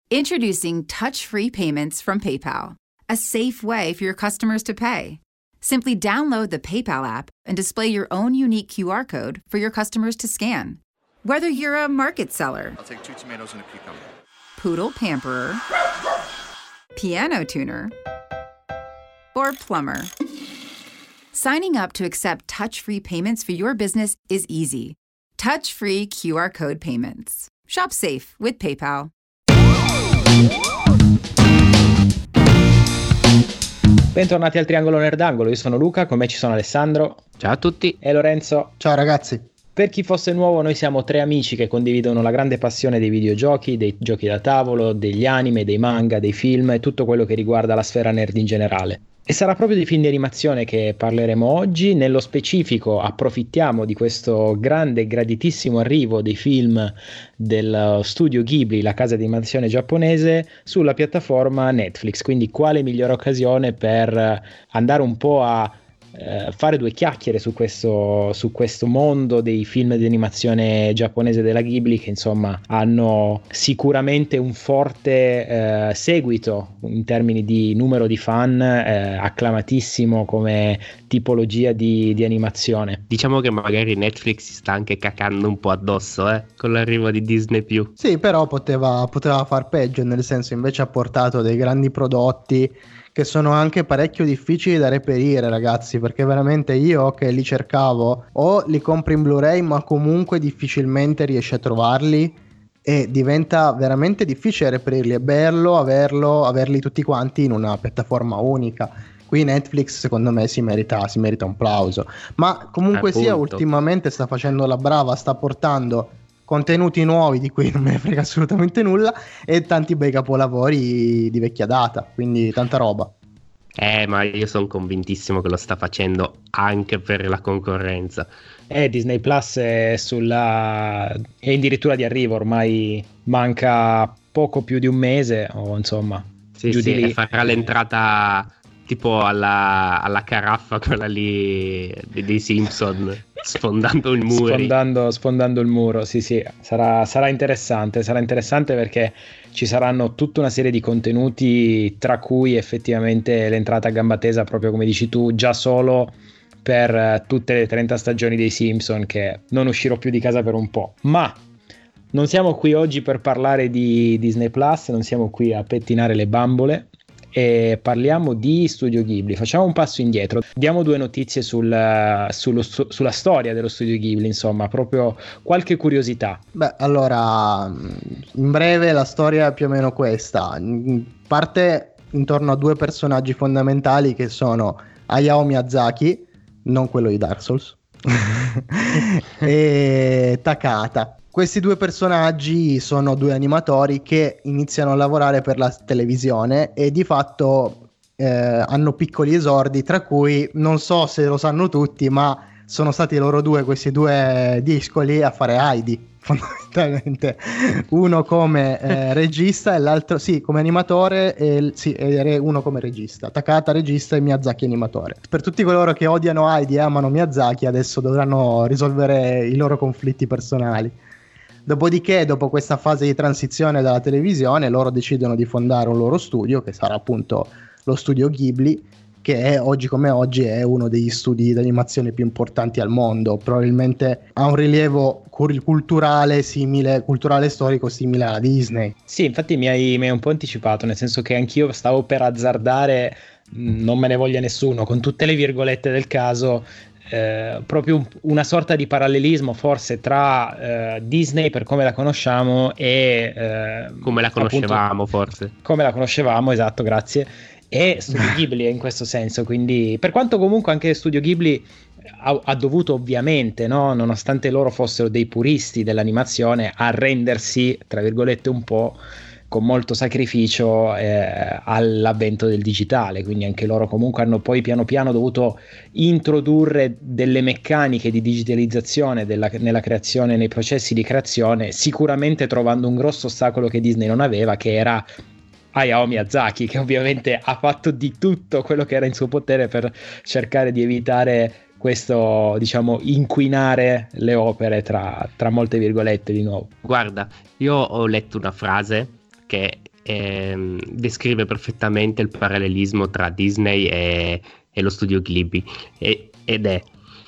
Introducing touch-free payments from PayPal, a safe way for your customers to pay. Simply download the PayPal app and display your own unique QR code for your customers to scan. Whether you're a market seller, I'll take 2 tomatoes and a cucumber. poodle pamperer, piano tuner, or plumber, signing up to accept touch-free payments for your business is easy. Touch-free QR code payments. Shop safe with PayPal. Bentornati al Triangolo Nerdangolo, io sono Luca, con me ci sono Alessandro. Ciao a tutti. E Lorenzo. Ciao ragazzi. Per chi fosse nuovo, noi siamo 3 amici che condividono la grande passione dei videogiochi, dei giochi da tavolo, degli anime, dei manga, dei film e tutto quello che riguarda la sfera nerd in generale. E sarà proprio di film di animazione che parleremo oggi. Nello specifico approfittiamo di questo grande e graditissimo arrivo dei film del studio Ghibli, la casa di animazione giapponese, sulla piattaforma Netflix. Quindi quale migliore occasione per andare un po' a fare 2 chiacchiere su questo mondo dei film di animazione giapponese della Ghibli, che insomma hanno sicuramente un forte seguito in termini di numero di fan, acclamatissimo come tipologia di animazione. Diciamo che magari Netflix si sta anche cacando un po' addosso con l'arrivo di Disney+. Sì, però poteva far peggio, nel senso, invece ha portato dei grandi prodotti che sono anche parecchio difficili da reperire, ragazzi, perché veramente io che li cercavo o li compro in Blu-ray, ma comunque difficilmente riesci a trovarli e diventa veramente difficile reperirli. È bello averli tutti quanti in una piattaforma unica. Qui Netflix secondo me si merita un plauso, ma comunque sia, ultimamente sta facendo la brava, sta portando contenuti nuovi di cui non me ne frega assolutamente nulla e tanti bei capolavori di vecchia data, quindi tanta roba. Ma io sono convintissimo che lo sta facendo anche per la concorrenza. Disney Plus è addirittura di arrivo, ormai manca poco più di un mese o insomma giù di lì. E farà l'entrata tipo alla caraffa, quella lì dei Simpson, sfondando il muro. Sfondando il muro, sì, sarà interessante perché ci saranno tutta una serie di contenuti, tra cui effettivamente l'entrata a gamba tesa, proprio come dici tu, già solo per tutte le 30 stagioni dei Simpson, che non uscirò più di casa per un po'. Ma non siamo qui oggi per parlare di Disney Plus, non siamo qui a pettinare le bambole, e parliamo di Studio Ghibli. Facciamo un passo indietro, diamo 2 notizie sulla storia dello Studio Ghibli, insomma, proprio qualche curiosità. Beh, allora, in breve la storia è più o meno questa. Parte intorno a 2 personaggi fondamentali che sono Hayao Miyazaki, non quello di Dark Souls, e Takahata. Questi 2 personaggi sono 2 animatori che iniziano a lavorare per la televisione e di fatto hanno piccoli esordi, tra cui, non so se lo sanno tutti, ma sono stati loro 2, questi 2 discoli, a fare Heidi, fondamentalmente. Uno come regista e l'altro come animatore, e uno come regista. Takahata regista e Miyazaki animatore. Per tutti coloro che odiano Heidi e amano Miyazaki, adesso dovranno risolvere i loro conflitti personali. Dopodiché, dopo questa fase di transizione dalla televisione, loro decidono di fondare un loro studio, che sarà appunto lo studio Ghibli, che oggi come oggi è uno degli studi di animazione più importanti al mondo. Probabilmente ha un rilievo culturale storico simile alla Disney. Sì, infatti mi hai un po' anticipato, nel senso che anch'io stavo per azzardare, non me ne voglia nessuno, con tutte le virgolette del caso, proprio una sorta di parallelismo forse tra Disney per come la conosciamo e come la conoscevamo, appunto, forse come la conoscevamo, esatto, grazie, e Studio Ghibli in questo senso. Quindi, per quanto comunque anche Studio Ghibli ha dovuto ovviamente, no, nonostante loro fossero dei puristi dell'animazione, arrendersi tra virgolette un po' con molto sacrificio all'avvento del digitale, quindi anche loro comunque hanno poi piano piano dovuto introdurre delle meccaniche di digitalizzazione nella creazione, nei processi di creazione, sicuramente trovando un grosso ostacolo che Disney non aveva, che era Hayao Miyazaki, che ovviamente ha fatto di tutto quello che era in suo potere per cercare di evitare questo, diciamo, inquinare le opere tra molte virgolette di nuovo. Guarda, io ho letto una frase che descrive perfettamente il parallelismo tra Disney e lo studio Ghibli, ed è: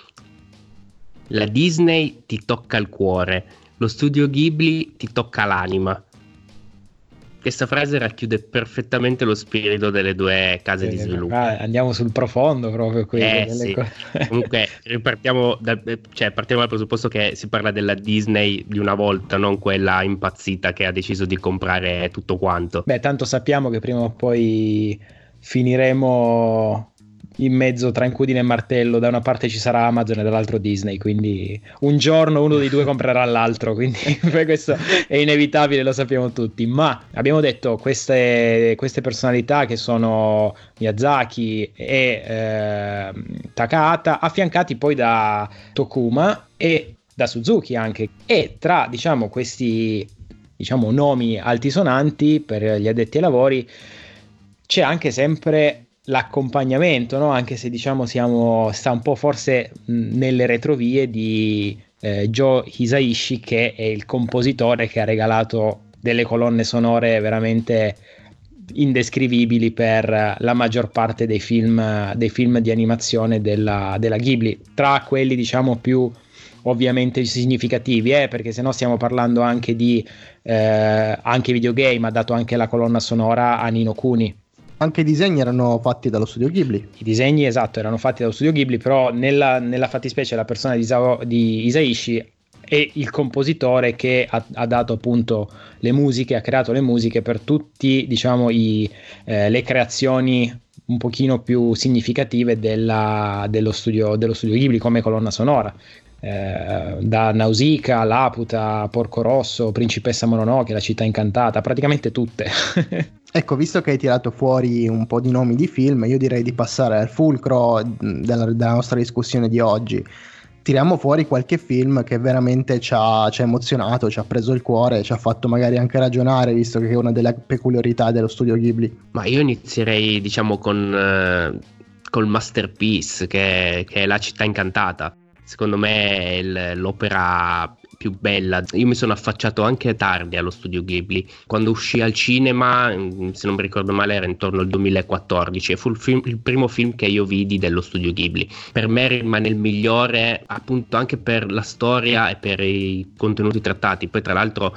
la Disney ti tocca il cuore, lo studio Ghibli ti tocca l'anima. Questa frase racchiude perfettamente lo spirito delle due case di sviluppo. Andiamo sul profondo proprio qui. Sì. Comunque partiamo dal presupposto che si parla della Disney di una volta, non quella impazzita che ha deciso di comprare tutto quanto. Beh, tanto sappiamo che prima o poi finiremo in mezzo tra incudine e martello. Da una parte ci sarà Amazon e dall'altro Disney, quindi un giorno uno dei due comprerà l'altro, quindi questo è inevitabile, lo sappiamo tutti. Ma abbiamo detto queste personalità che sono Miyazaki e Takahata, affiancati poi da Tokuma e da Suzuki anche, e tra questi nomi altisonanti per gli addetti ai lavori c'è anche sempre l'accompagnamento, no? Anche se sta un po' forse nelle retrovie di Joe Hisaishi, che è il compositore che ha regalato delle colonne sonore veramente indescrivibili per la maggior parte dei film di animazione della Ghibli, tra quelli più ovviamente significativi, perché sennò stiamo parlando anche di anche videogame. Ha dato anche la colonna sonora a Ni no Kuni. Anche i disegni erano fatti dallo studio Ghibli. I disegni, esatto, erano fatti dallo studio Ghibli, però nella fattispecie la persona di Hisaishi è il compositore che ha dato appunto le musiche, ha creato le musiche per tutti le creazioni un pochino più significative dello studio Ghibli come colonna sonora. Da Nausicaa, Laputa, Porco Rosso, Principessa Mononoke, La città incantata, praticamente tutte. Ecco, visto che hai tirato fuori un po' di nomi di film, io direi di passare al fulcro della nostra discussione di oggi. Tiriamo fuori qualche film che veramente ci ha emozionato, ci ha preso il cuore, ci ha fatto magari anche ragionare, visto che è una delle peculiarità dello studio Ghibli. Ma io inizierei col masterpiece che è La città incantata. Secondo me è l'opera più bella. Io mi sono affacciato anche tardi allo studio Ghibli. Quando uscì al cinema, se non mi ricordo male, era intorno al 2014 e fu il primo film che io vidi dello studio Ghibli. Per me rimane il migliore, appunto, anche per la storia e per i contenuti trattati. Poi tra l'altro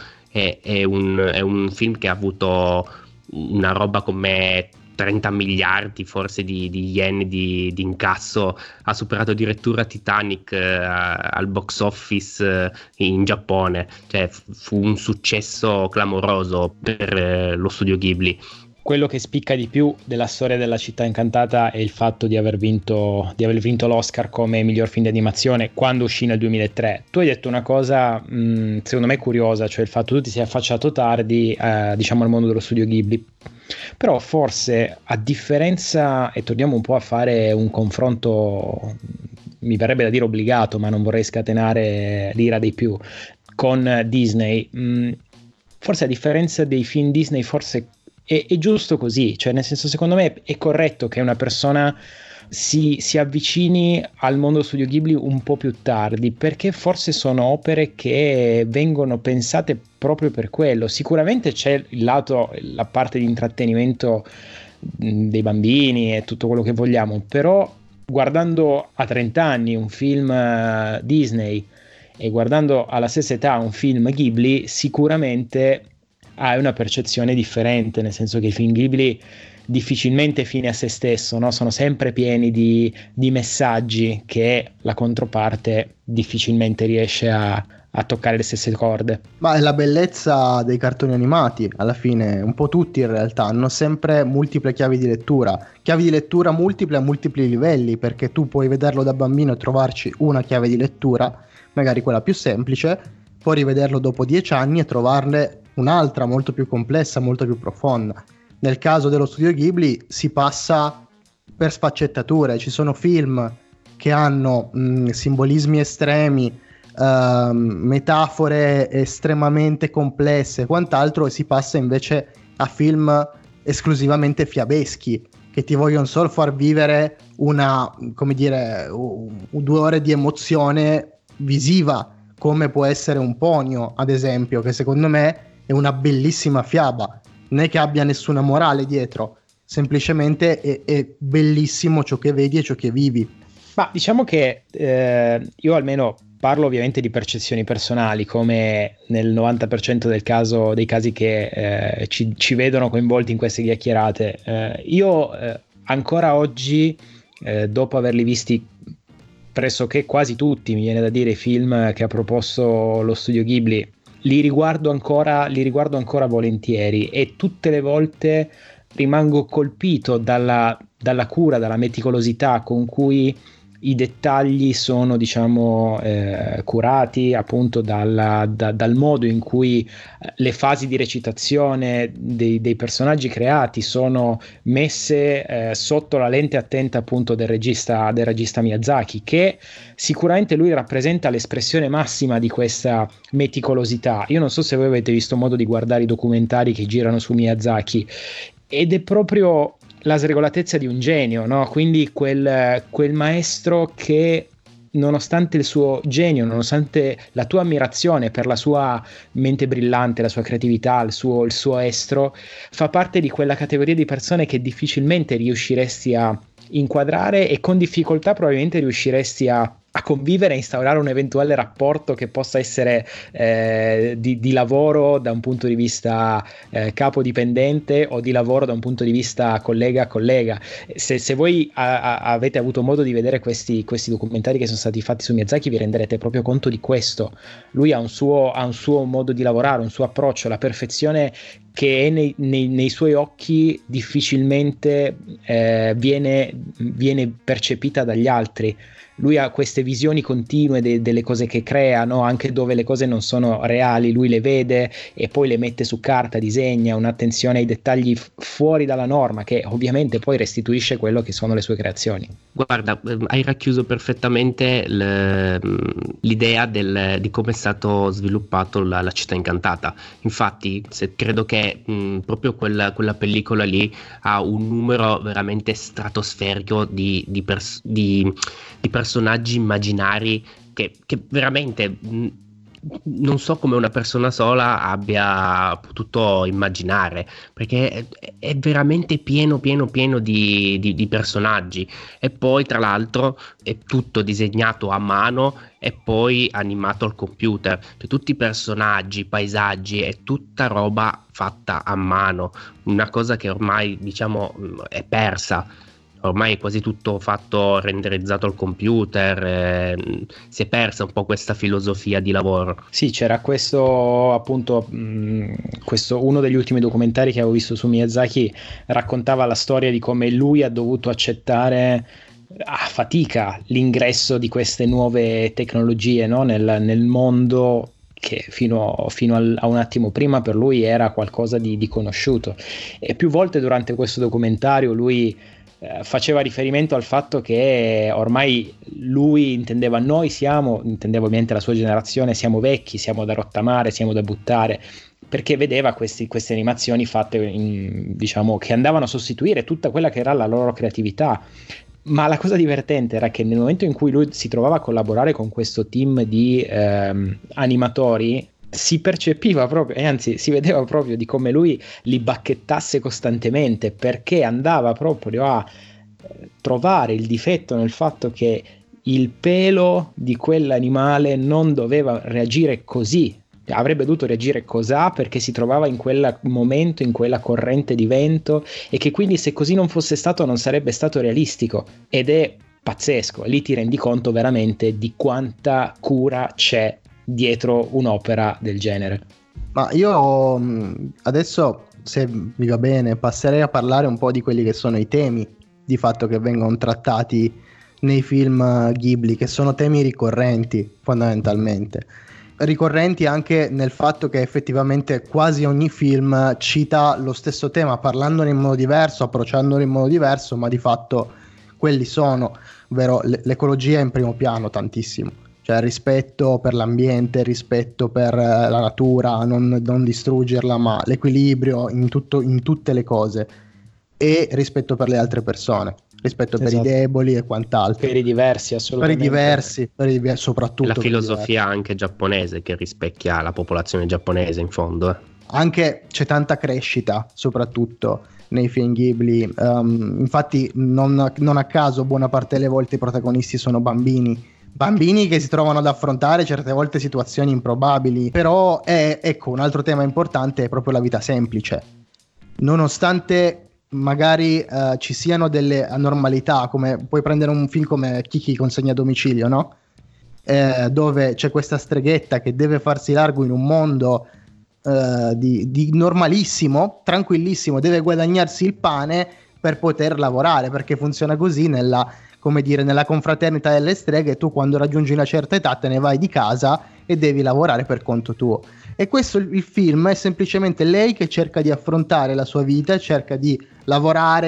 è un film che ha avuto una roba come 30 miliardi forse di yen di incasso, ha superato addirittura Titanic al box office in Giappone, cioè fu un successo clamoroso per lo studio Ghibli. Quello che spicca di più della storia della città incantata è il fatto di aver vinto l'Oscar come miglior film di animazione quando uscì nel 2003. Tu hai detto una cosa secondo me curiosa, cioè il fatto che tu ti sei affacciato tardi al mondo dello studio Ghibli. Però forse, a differenza, e torniamo un po' a fare un confronto, mi verrebbe da dire obbligato, ma non vorrei scatenare l'ira dei più, con Disney, forse a differenza dei film Disney forse è giusto così, cioè nel senso, secondo me è corretto che una persona si avvicini al mondo studio Ghibli un po' più tardi, perché forse sono opere che vengono pensate proprio per quello. Sicuramente c'è la parte di intrattenimento dei bambini e tutto quello che vogliamo, però guardando a 30 anni un film Disney e guardando alla stessa età un film Ghibli, sicuramente hai una percezione differente, nel senso che i film Ghibli difficilmente fine a se stesso, no? Sono sempre pieni di messaggi che la controparte difficilmente riesce a toccare le stesse corde. Ma è la bellezza dei cartoni animati, alla fine un po' tutti in realtà hanno sempre multiple chiavi di lettura multiple a multipli livelli, perché tu puoi vederlo da bambino e trovarci una chiave di lettura, magari quella più semplice, puoi rivederlo dopo 10 anni e trovarne un'altra molto più complessa, molto più profonda. Nel caso dello studio Ghibli si passa per sfaccettature, ci sono film che hanno simbolismi estremi, metafore estremamente complesse e quant'altro, e si passa invece a film esclusivamente fiabeschi che ti vogliono solo far vivere 2 ore di emozione visiva, come può essere un Ponyo ad esempio, che secondo me è una bellissima fiaba, non è che abbia nessuna morale dietro, semplicemente è bellissimo ciò che vedi e ciò che vivi. Ma diciamo che io almeno parlo ovviamente di percezioni personali, come nel 90% dei casi che ci vedono coinvolti in queste chiacchierate. Io ancora oggi, dopo averli visti pressoché quasi tutti, mi viene da dire, i film che ha proposto lo studio Ghibli, li riguardo ancora volentieri, e tutte le volte rimango colpito dalla cura, dalla meticolosità con cui i dettagli sono, diciamo, curati, appunto dal modo in cui le fasi di recitazione dei personaggi creati sono messe sotto la lente attenta, appunto, del regista Miyazaki, che sicuramente lui rappresenta l'espressione massima di questa meticolosità. Io non so se voi avete visto modo di guardare i documentari che girano su Miyazaki, ed è proprio la sregolatezza di un genio, no? Quindi quel maestro che, nonostante il suo genio, nonostante la tua ammirazione per la sua mente brillante, la sua creatività, il suo estro, fa parte di quella categoria di persone che difficilmente riusciresti a inquadrare, e con difficoltà probabilmente riusciresti a convivere e instaurare un eventuale rapporto che possa essere di lavoro da un punto di vista capodipendente, o di lavoro da un punto di vista collega a collega. Se voi avete avuto modo di vedere questi documentari che sono stati fatti su Miyazaki, vi renderete proprio conto di questo. Lui ha un suo modo di lavorare, un suo approccio, la perfezione che è nei suoi occhi difficilmente viene percepita dagli altri. Lui ha queste visioni continue delle cose che crea, no? Anche dove le cose non sono reali, lui le vede e poi le mette su carta, disegna, un'attenzione ai dettagli fuori dalla norma, che ovviamente poi restituisce quello che sono le sue creazioni. Guarda, hai racchiuso perfettamente l'idea di come è stato sviluppato la città incantata. Infatti, credo che proprio quella pellicola lì ha un numero veramente stratosferico di personaggi immaginari che veramente non so come una persona sola abbia potuto immaginare, perché è veramente pieno di personaggi. E poi, tra l'altro, è tutto disegnato a mano e poi animato al computer, cioè tutti i personaggi, i paesaggi, è tutta roba fatta a mano, una cosa che ormai, diciamo, è persa. Ormai è quasi tutto fatto, renderizzato al computer, si è persa un po' questa filosofia di lavoro. Sì, c'era questo, appunto, uno degli ultimi documentari che avevo visto su Miyazaki raccontava la storia di come lui ha dovuto accettare a fatica l'ingresso di queste nuove tecnologie, no? nel mondo che fino a un attimo prima per lui era qualcosa di conosciuto. E più volte durante questo documentario lui faceva riferimento al fatto che ormai lui intendeva intendeva ovviamente la sua generazione, siamo vecchi, siamo da rottamare, siamo da buttare, perché vedeva queste animazioni fatte diciamo, che andavano a sostituire tutta quella che era la loro creatività. Ma la cosa divertente era che nel momento in cui lui si trovava a collaborare con questo team di animatori, si percepiva proprio, e anzi si vedeva proprio di come lui li bacchettasse costantemente, perché andava proprio a trovare il difetto nel fatto che il pelo di quell'animale non doveva reagire così, avrebbe dovuto reagire cosà perché si trovava in quel momento, in quella corrente di vento, e che quindi se così non fosse stato non sarebbe stato realistico. Ed è pazzesco, lì ti rendi conto veramente di quanta cura c'è dietro un'opera del genere. Ma io adesso, se mi va bene, passerei a parlare un po' di quelli che sono i temi di fatto che vengono trattati nei film Ghibli, che sono temi ricorrenti fondamentalmente, ricorrenti anche nel fatto che effettivamente quasi ogni film cita lo stesso tema, parlandone in modo diverso, approcciandolo in modo diverso, ma di fatto quelli sono, ovvero l'ecologia in primo piano tantissimo. Cioè rispetto per l'ambiente, rispetto per la natura, non distruggerla, ma l'equilibrio in tutte le cose, e rispetto per le altre persone, rispetto per i deboli e quant'altro. Per i diversi, assolutamente. Per i diversi soprattutto. La filosofia anche giapponese che rispecchia la popolazione giapponese in fondo. Anche c'è tanta crescita, soprattutto nei film Ghibli. Infatti non a caso buona parte delle volte i protagonisti sono bambini che si trovano ad affrontare certe volte situazioni improbabili. Però ecco, un altro tema importante è proprio la vita semplice. Nonostante magari ci siano delle anormalità, come puoi prendere un film come Kiki consegna a domicilio, no? Dove c'è questa streghetta che deve farsi largo in un mondo di normalissimo, tranquillissimo, deve guadagnarsi il pane per poter lavorare, perché funziona così nella confraternita delle streghe. Tu quando raggiungi una certa età te ne vai di casa e devi lavorare per conto tuo. E questo, il film è semplicemente lei che cerca di affrontare la sua vita, cerca di lavorare,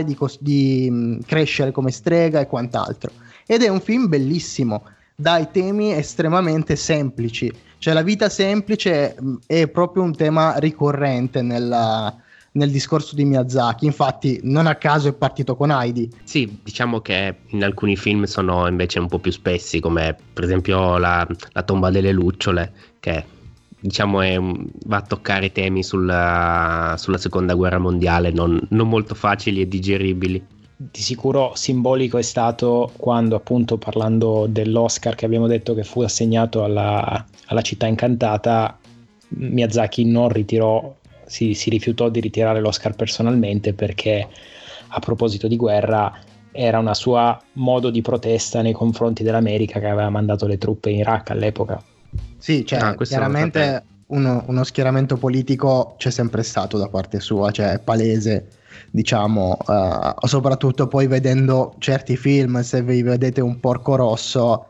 di crescere come strega e quant'altro. Ed è un film bellissimo, dai temi estremamente semplici. Cioè la vita semplice è proprio un tema ricorrente nel discorso di Miyazaki. Infatti non a caso è partito con Heidi. Sì, diciamo che in alcuni film sono invece un po' più spessi, come per esempio la tomba delle lucciole, che diciamo va a toccare temi sulla seconda guerra mondiale non molto facili e digeribili. Di sicuro simbolico è stato quando, appunto, parlando dell'Oscar che abbiamo detto che fu assegnato alla città incantata, Miyazaki non ritirò, si rifiutò di ritirare l'Oscar personalmente, perché a proposito di guerra era una sua modo di protesta nei confronti dell'America, che aveva mandato le truppe in Iraq all'epoca. Sì, cioè chiaramente uno schieramento politico c'è sempre stato da parte sua, cioè è palese, diciamo, soprattutto poi vedendo certi film. Se vi vedete un Porco Rosso,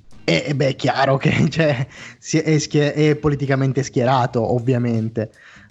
è chiaro che cioè, è politicamente schierato, ovviamente.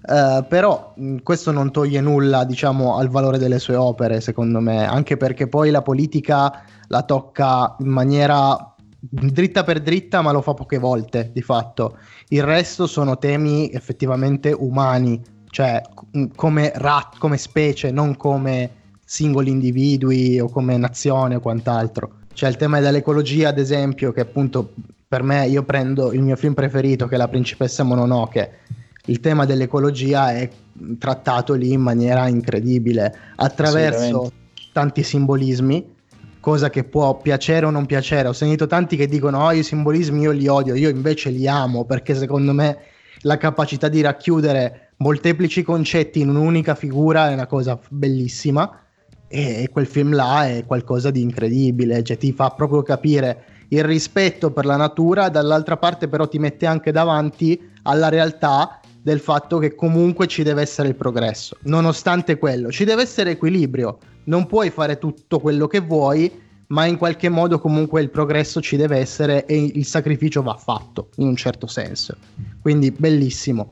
Però questo non toglie nulla, diciamo, al valore delle sue opere, secondo me, anche perché poi la politica la tocca in maniera dritta per dritta, ma lo fa poche volte di fatto. Il resto sono temi effettivamente umani, cioè come specie, non come singoli individui o come nazione o quant'altro. Cioè il tema dell'ecologia, ad esempio, che appunto per me, io prendo il mio film preferito, che è La principessa Mononoke. Il tema dell'ecologia è trattato lì in maniera incredibile, attraverso tanti simbolismi, cosa che può piacere o non piacere. Ho sentito tanti che dicono i simbolismi io li odio, io invece li amo, perché secondo me la capacità di racchiudere molteplici concetti in un'unica figura è una cosa bellissima, e quel film là è qualcosa di incredibile, cioè ti fa proprio capire il rispetto per la natura, dall'altra parte però ti mette anche davanti alla realtà del fatto che comunque ci deve essere il progresso. Nonostante quello ci deve essere equilibrio, non puoi fare tutto quello che vuoi, ma in qualche modo comunque il progresso ci deve essere e il sacrificio va fatto in un certo senso. Quindi bellissimo.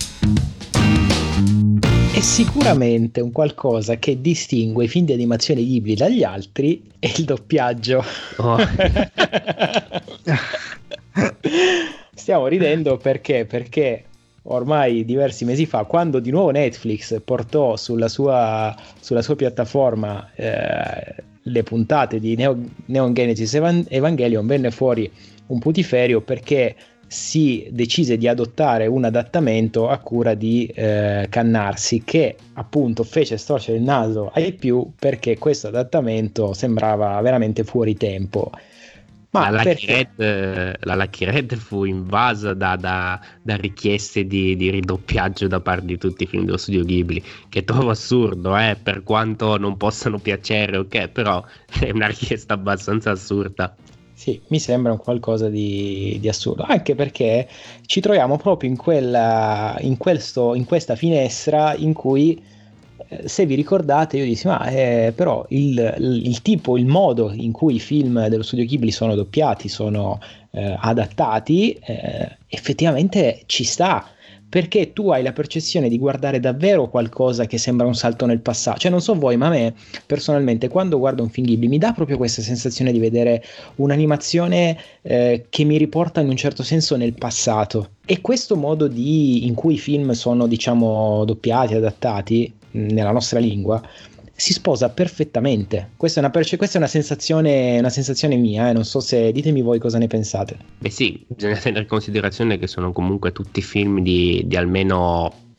E sicuramente un qualcosa che distingue i film di animazione Ghibli dagli altri è il doppiaggio. Stiamo ridendo perché ormai diversi mesi fa, quando di nuovo Netflix portò sulla sua piattaforma le puntate di Neon Genesis Evangelion, venne fuori un putiferio perché si decise di adottare un adattamento a cura di Cannarsi, che appunto fece storcere il naso ai più perché questo adattamento sembrava veramente fuori tempo. Ma la Lucky Red fu invasa da richieste di ridoppiaggio da parte di tutti i film dello studio Ghibli, che trovo assurdo, per quanto non possano piacere, ok, però è una richiesta abbastanza assurda. Sì, mi sembra un qualcosa di assurdo, anche perché ci troviamo proprio in questa finestra in cui, se vi ricordate, io dissi però il modo in cui i film dello studio Ghibli sono doppiati, sono adattati, effettivamente ci sta, perché tu hai la percezione di guardare davvero qualcosa che sembra un salto nel passato. Cioè, non so voi, ma a me personalmente, quando guardo un film Ghibli, mi dà proprio questa sensazione di vedere un'animazione che mi riporta in un certo senso nel passato. E questo modo in cui i film sono, diciamo, doppiati, adattati nella nostra lingua, si sposa perfettamente. Questa è una sensazione mia, non so se, ditemi voi cosa ne pensate. Beh sì, bisogna tenere in considerazione che sono comunque tutti film di almeno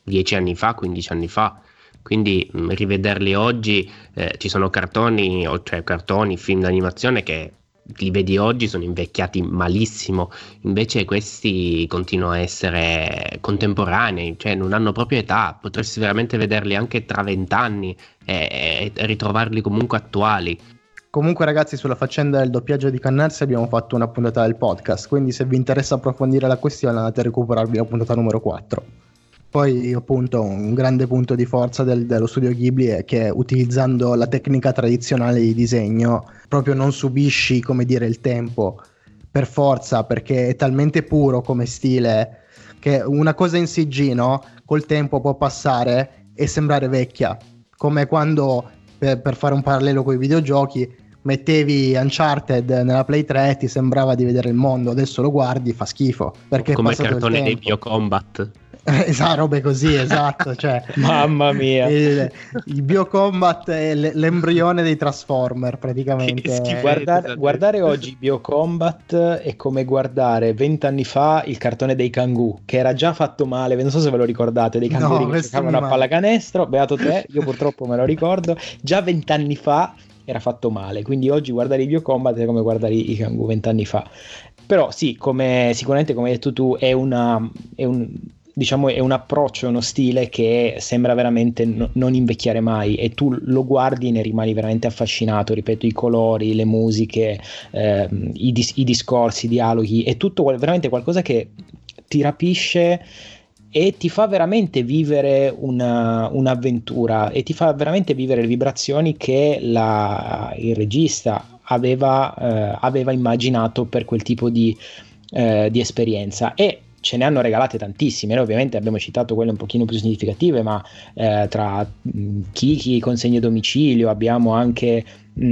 10 anni fa, 15 anni fa. Quindi rivederli oggi, ci sono cartoni, cioè cartoni, film d'animazione che li vedi oggi sono invecchiati malissimo, invece questi continuano a essere contemporanei, cioè non hanno proprio età, potresti veramente vederli anche tra 20 anni e ritrovarli comunque attuali. Comunque ragazzi, sulla faccenda del doppiaggio di Cannarsi abbiamo fatto una puntata del podcast, quindi se vi interessa approfondire la questione andate a recuperarvi la puntata numero 4. Poi appunto un grande punto di forza dello studio Ghibli è che utilizzando la tecnica tradizionale di disegno proprio non subisci, come dire, il tempo per forza, perché è talmente puro come stile che una cosa in CG, no? Col tempo può passare e sembrare vecchia, come quando per fare un parallelo con i videogiochi mettevi Uncharted nella Play 3 e ti sembrava di vedere il mondo, adesso lo guardi fa schifo perché come è il passato cartone il dei tempo. Biocombat. Esatto, robe così, esatto, cioè Mamma mia. il Biocombat è l'embrione dei Transformer praticamente. Che schifo. Guardare oggi Biocombat è come guardare 20 anni fa il cartone dei Kangoo, che era già fatto male, non so se ve lo ricordate, dei canguri che questo giocavano a mi pallacanestro, beato te, io purtroppo me lo ricordo, già 20 anni fa era fatto male, quindi oggi guardare i Biocombat è come guardare i Kangoo 20 anni fa. Però sì, sicuramente come hai detto tu è un approccio, uno stile che sembra veramente non invecchiare mai, e tu lo guardi e ne rimani veramente affascinato, ripeto, i colori, le musiche, i discorsi, i dialoghi, è tutto veramente qualcosa che ti rapisce e ti fa veramente vivere un'avventura e ti fa veramente vivere le vibrazioni che il regista aveva immaginato per quel tipo di esperienza, e ce ne hanno regalate tantissime. Noi ovviamente abbiamo citato quelle un pochino più significative, ma tra Kiki, Consegne a domicilio, abbiamo anche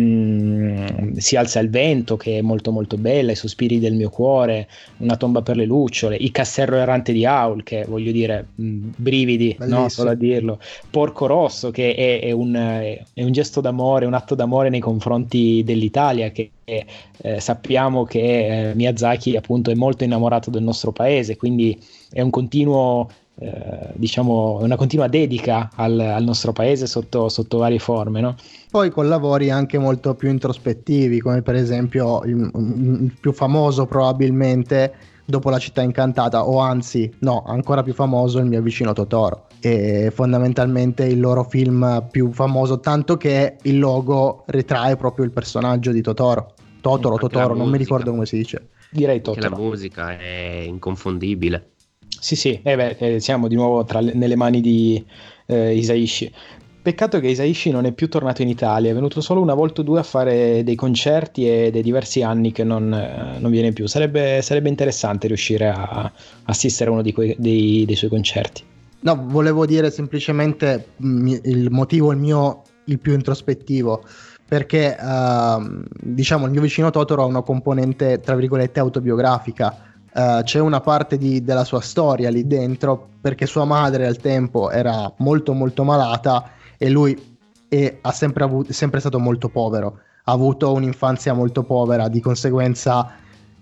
Si alza il vento, che è molto molto bella, I sospiri del mio cuore, Una tomba per le lucciole, Il castello errante di Howl, che voglio dire, brividi, no, solo a dirlo, Porco Rosso, che è un gesto d'amore, un atto d'amore nei confronti dell'Italia, che sappiamo che Miyazaki appunto è molto innamorato del nostro paese, quindi è un continuo una continua dedica al nostro paese sotto varie forme, no? Poi con lavori anche molto più introspettivi, come per esempio il più famoso probabilmente dopo La città incantata, o anzi no, ancora più famoso, Il mio vicino Totoro, è fondamentalmente il loro film più famoso, tanto che il logo ritrae proprio il personaggio di Totoro, non mi ricordo come si dice. Direi Totoro. Che la musica è inconfondibile. Sì, siamo di nuovo nelle mani di Hisaishi. Peccato che Hisaishi non è più tornato in Italia, è venuto solo una volta o due a fare dei concerti ed è diversi anni che non viene più. Sarebbe interessante riuscire a assistere a uno dei suoi concerti. No, volevo dire semplicemente il motivo, il più introspettivo, perché diciamo Il mio vicino Totoro ha una componente tra virgolette autobiografica. C'è una parte della sua storia lì dentro, perché sua madre al tempo era molto molto malata e lui è sempre stato molto povero, ha avuto un'infanzia molto povera, di conseguenza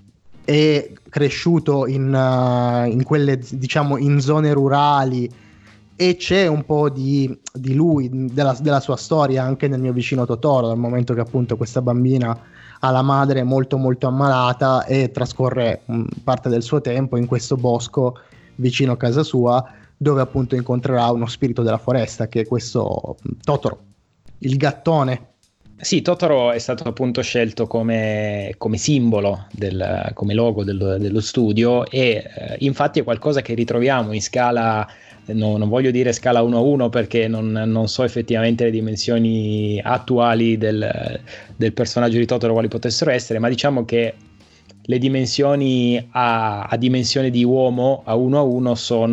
è cresciuto in quelle, diciamo, in zone rurali, e c'è un po' di lui, della sua storia anche nel mio vicino Totoro, dal momento che appunto questa bambina ha la madre molto molto ammalata e trascorre parte del suo tempo in questo bosco vicino a casa sua, dove appunto incontrerà uno spirito della foresta, che è questo Totoro, il gattone. Sì, Totoro è stato appunto scelto come simbolo, come logo dello studio, e infatti è qualcosa che ritroviamo in scala, non voglio dire scala 1:1 perché non so effettivamente le dimensioni attuali del personaggio di Totoro quali potessero essere, ma diciamo che le dimensioni a dimensione di uomo a 1:1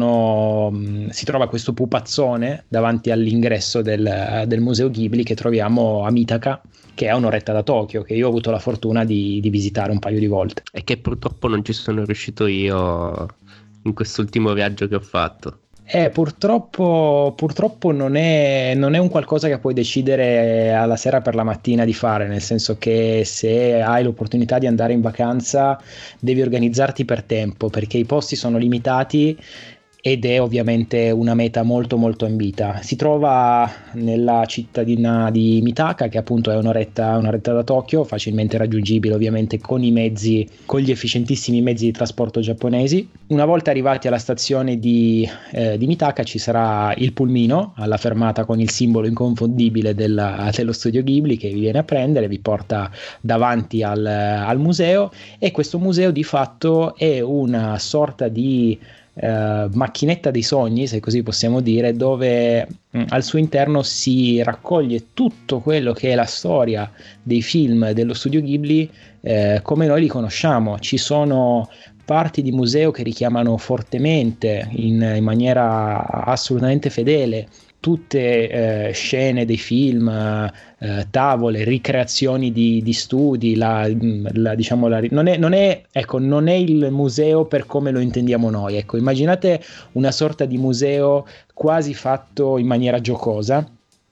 si trova questo pupazzone davanti all'ingresso del Museo Ghibli, che troviamo a Mitaka, che è a un'oretta da Tokyo, che io ho avuto la fortuna di visitare un paio di volte. E che purtroppo non ci sono riuscito io in quest'ultimo viaggio che ho fatto. Purtroppo non è un qualcosa che puoi decidere alla sera per la mattina di fare, nel senso che se hai l'opportunità di andare in vacanza devi organizzarti per tempo, perché i posti sono limitati ed è ovviamente una meta molto molto ambita. Si trova nella cittadina di Mitaka, che appunto è un'oretta da Tokyo, facilmente raggiungibile ovviamente con gli efficientissimi mezzi di trasporto giapponesi. Una volta arrivati alla stazione di Mitaka ci sarà il pulmino alla fermata con il simbolo inconfondibile dello studio Ghibli, che vi viene a prendere, vi porta davanti al museo, e questo museo di fatto è una sorta di macchinetta dei sogni, se così possiamo dire, dove al suo interno si raccoglie tutto quello che è la storia dei film dello studio Ghibli come noi li conosciamo. Ci sono parti di museo che richiamano fortemente, in maniera assolutamente fedele, tutte scene dei film, tavole, ricreazioni di studi, non è il museo per come lo intendiamo noi. Ecco, immaginate una sorta di museo quasi fatto in maniera giocosa,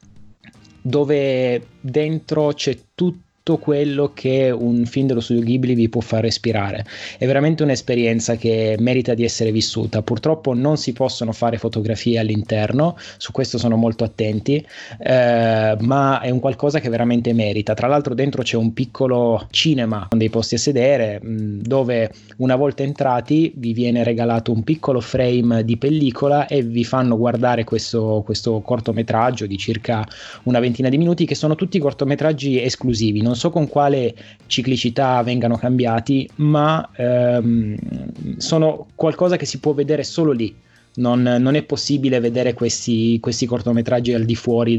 dove dentro c'è tutto quello che un film dello studio Ghibli vi può far respirare. È veramente un'esperienza che merita di essere vissuta. Purtroppo non si possono fare fotografie all'interno, su questo sono molto attenti, ma è un qualcosa che veramente merita. Tra l'altro dentro c'è un piccolo cinema con dei posti a sedere, dove una volta entrati vi viene regalato un piccolo frame di pellicola e vi fanno guardare questo cortometraggio di circa una ventina di minuti, che sono tutti cortometraggi esclusivi. Non so con quale ciclicità vengano cambiati, ma sono qualcosa che si può vedere solo lì. Non è possibile vedere questi cortometraggi al di fuori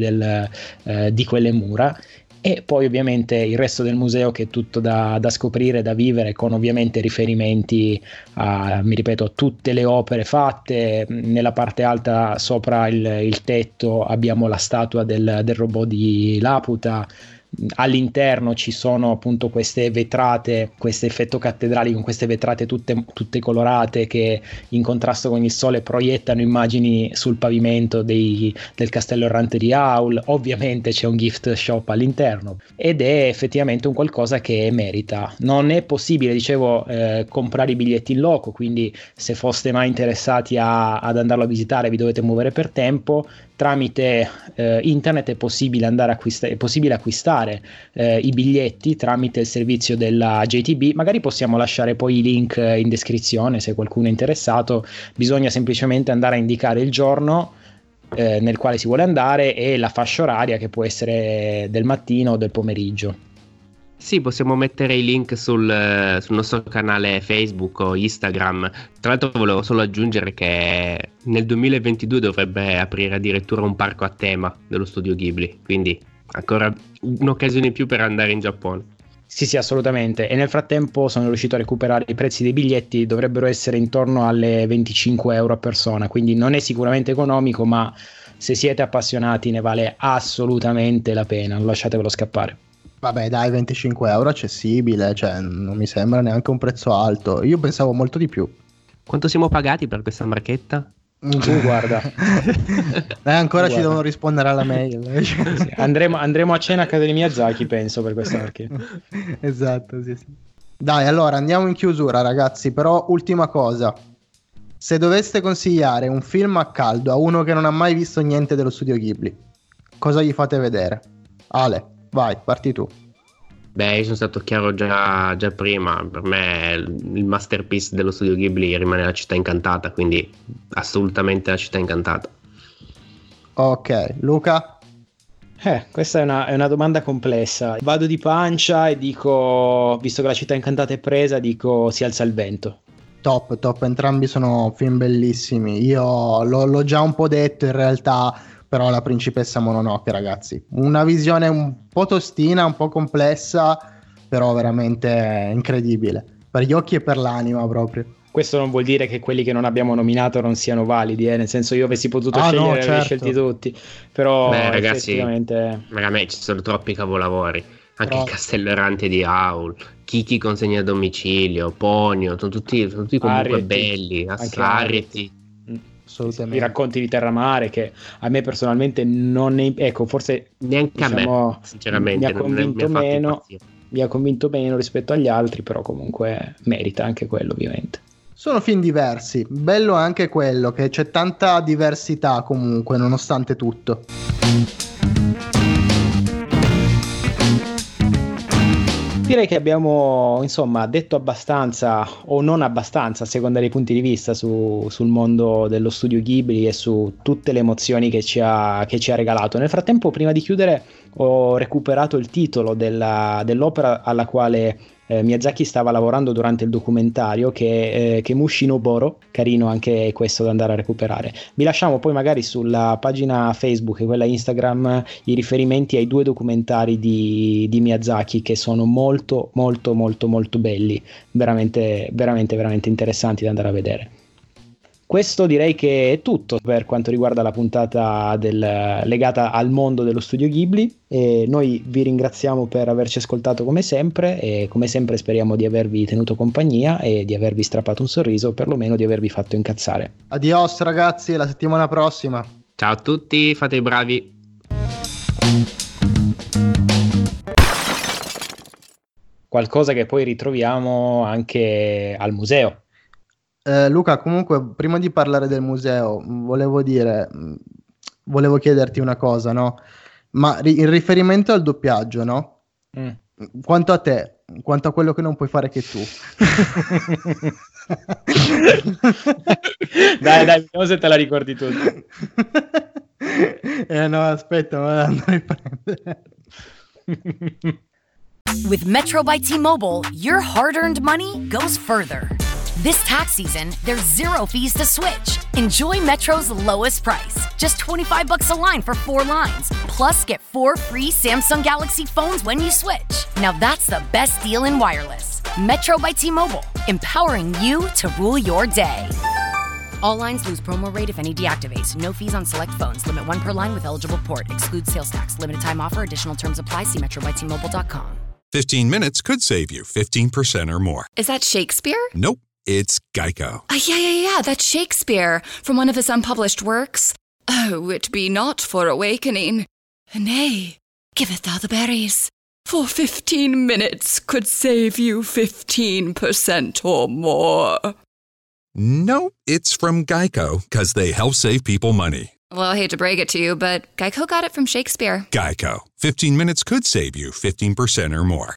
di quelle mura. E poi ovviamente il resto del museo, che è tutto da scoprire, da vivere, con ovviamente riferimenti a tutte le opere fatte. Nella parte alta sopra il tetto abbiamo la statua del robot di Laputa. All'interno ci sono appunto queste vetrate, questo effetto cattedrali con queste vetrate tutte colorate, che in contrasto con il sole proiettano immagini sul pavimento del castello errante di Howl. Ovviamente c'è un gift shop all'interno, ed è effettivamente un qualcosa che merita. Non è possibile, dicevo, comprare i biglietti in loco, quindi se foste mai interessati ad andarlo a visitare vi dovete muovere per tempo. Tramite internet è possibile acquistare i biglietti tramite il servizio della JTB. Magari possiamo lasciare poi i link in descrizione se qualcuno è interessato. Bisogna semplicemente andare a indicare il giorno nel quale si vuole andare e la fascia oraria, che può essere del mattino o del pomeriggio. Sì, possiamo mettere i link sul nostro canale Facebook o Instagram. Tra l'altro volevo solo aggiungere che nel 2022 dovrebbe aprire addirittura un parco a tema dello studio Ghibli, quindi ancora un'occasione in più per andare in Giappone. Sì, assolutamente. E nel frattempo sono riuscito a recuperare i prezzi dei biglietti, dovrebbero essere intorno alle 25 euro a persona, quindi non è sicuramente economico, ma se siete appassionati ne vale assolutamente la pena, non lasciatevelo scappare. Vabbè, dai, 25 euro accessibile, cioè non mi sembra neanche un prezzo alto. Io pensavo molto di più. Quanto siamo pagati per questa marchetta? Guarda. Ancora ci devono rispondere alla mail. Sì, andremo a cena a casa di Miyazaki, penso, per questa marchetta. Esatto, sì. Dai, allora andiamo in chiusura, ragazzi. Però ultima cosa: se doveste consigliare un film a caldo a uno che non ha mai visto niente dello studio Ghibli, cosa gli fate vedere? Ale, vai, parti tu. Beh, io sono stato chiaro già prima. Per me il masterpiece dello studio Ghibli rimane La città incantata, quindi assolutamente La città incantata. Ok, Luca? Questa è una domanda complessa. Vado di pancia e dico, visto che La città incantata è presa, dico Si alza il vento. Top, entrambi sono film bellissimi. Io l'ho già un po' detto in realtà, però La principessa Mononoke, ragazzi, una visione un po' tostina, un po' complessa, però veramente incredibile, per gli occhi e per l'anima proprio. Questo non vuol dire che quelli che non abbiamo nominato non siano validi, nel senso, io avessi potuto scegliere, no, certo. Avrei scelti tutti, però ragazzi, effettivamente ci sono troppi capolavori. Anche Però... il castello errante di Howl, Kiki consegna a domicilio, Ponyo, sono tutti comunque Arrietty, belli. anche Arrietty. Assolutamente. I racconti di Terramare, che a me personalmente non è, ecco, forse neanche a me, sinceramente, mi ha convinto meno impazzire. Mi ha convinto meno rispetto agli altri, però comunque merita anche quello, ovviamente. Sono film diversi, bello anche quello, che c'è tanta diversità comunque, nonostante tutto. Direi che abbiamo insomma detto abbastanza o non abbastanza a seconda dei punti di vista sul mondo dello studio Ghibli e su tutte le emozioni che ci ha regalato. Nel frattempo, prima di chiudere, ho recuperato il titolo dell'opera alla quale Miyazaki stava lavorando durante il documentario, che è Mushi no Boro, carino anche questo da andare a recuperare. Vi lasciamo poi magari sulla pagina Facebook e quella Instagram i riferimenti ai 2 documentari di Miyazaki, che sono molto molto molto molto belli, veramente veramente veramente interessanti da andare a vedere. Questo direi che è tutto per quanto riguarda la puntata legata al mondo dello studio Ghibli, e noi vi ringraziamo per averci ascoltato come sempre, e come sempre speriamo di avervi tenuto compagnia e di avervi strappato un sorriso, o perlomeno di avervi fatto incazzare. Adios ragazzi, alla settimana prossima. Ciao a tutti, fate i bravi. Qualcosa che poi ritroviamo anche al museo. Luca, comunque, prima di parlare del museo, volevo chiederti una cosa, no? Ma in riferimento al doppiaggio, no? Quanto a te, quanto a quello che non puoi fare che tu. Dai, vediamo se te la ricordi tu. No, aspetta, vado ad andare a prendere. With Metro by T-Mobile, your hard-earned money goes further. This tax season, there's 0 fees to switch. Enjoy Metro's lowest price, just $25 a line for 4 lines. Plus, get 4 free Samsung Galaxy phones when you switch. Now that's the best deal in wireless. Metro by T-Mobile, empowering you to rule your day. All lines lose promo rate if any deactivates. No fees on select phones. Limit 1 per line with eligible port. Excludes sales tax. Limited time offer. Additional terms apply. See metrobytmobile.com. 15 minutes could save you 15% or more. Is that Shakespeare? Nope, it's Geico. Yeah, that's Shakespeare from one of his unpublished works. Oh, it be not for awakening. Nay, giveth thou the berries. For 15 minutes could save you 15% or more. No, it's from Geico, because they help save people money. Well, I hate to break it to you, but Geico got it from Shakespeare. Geico. 15 minutes could save you 15% or more.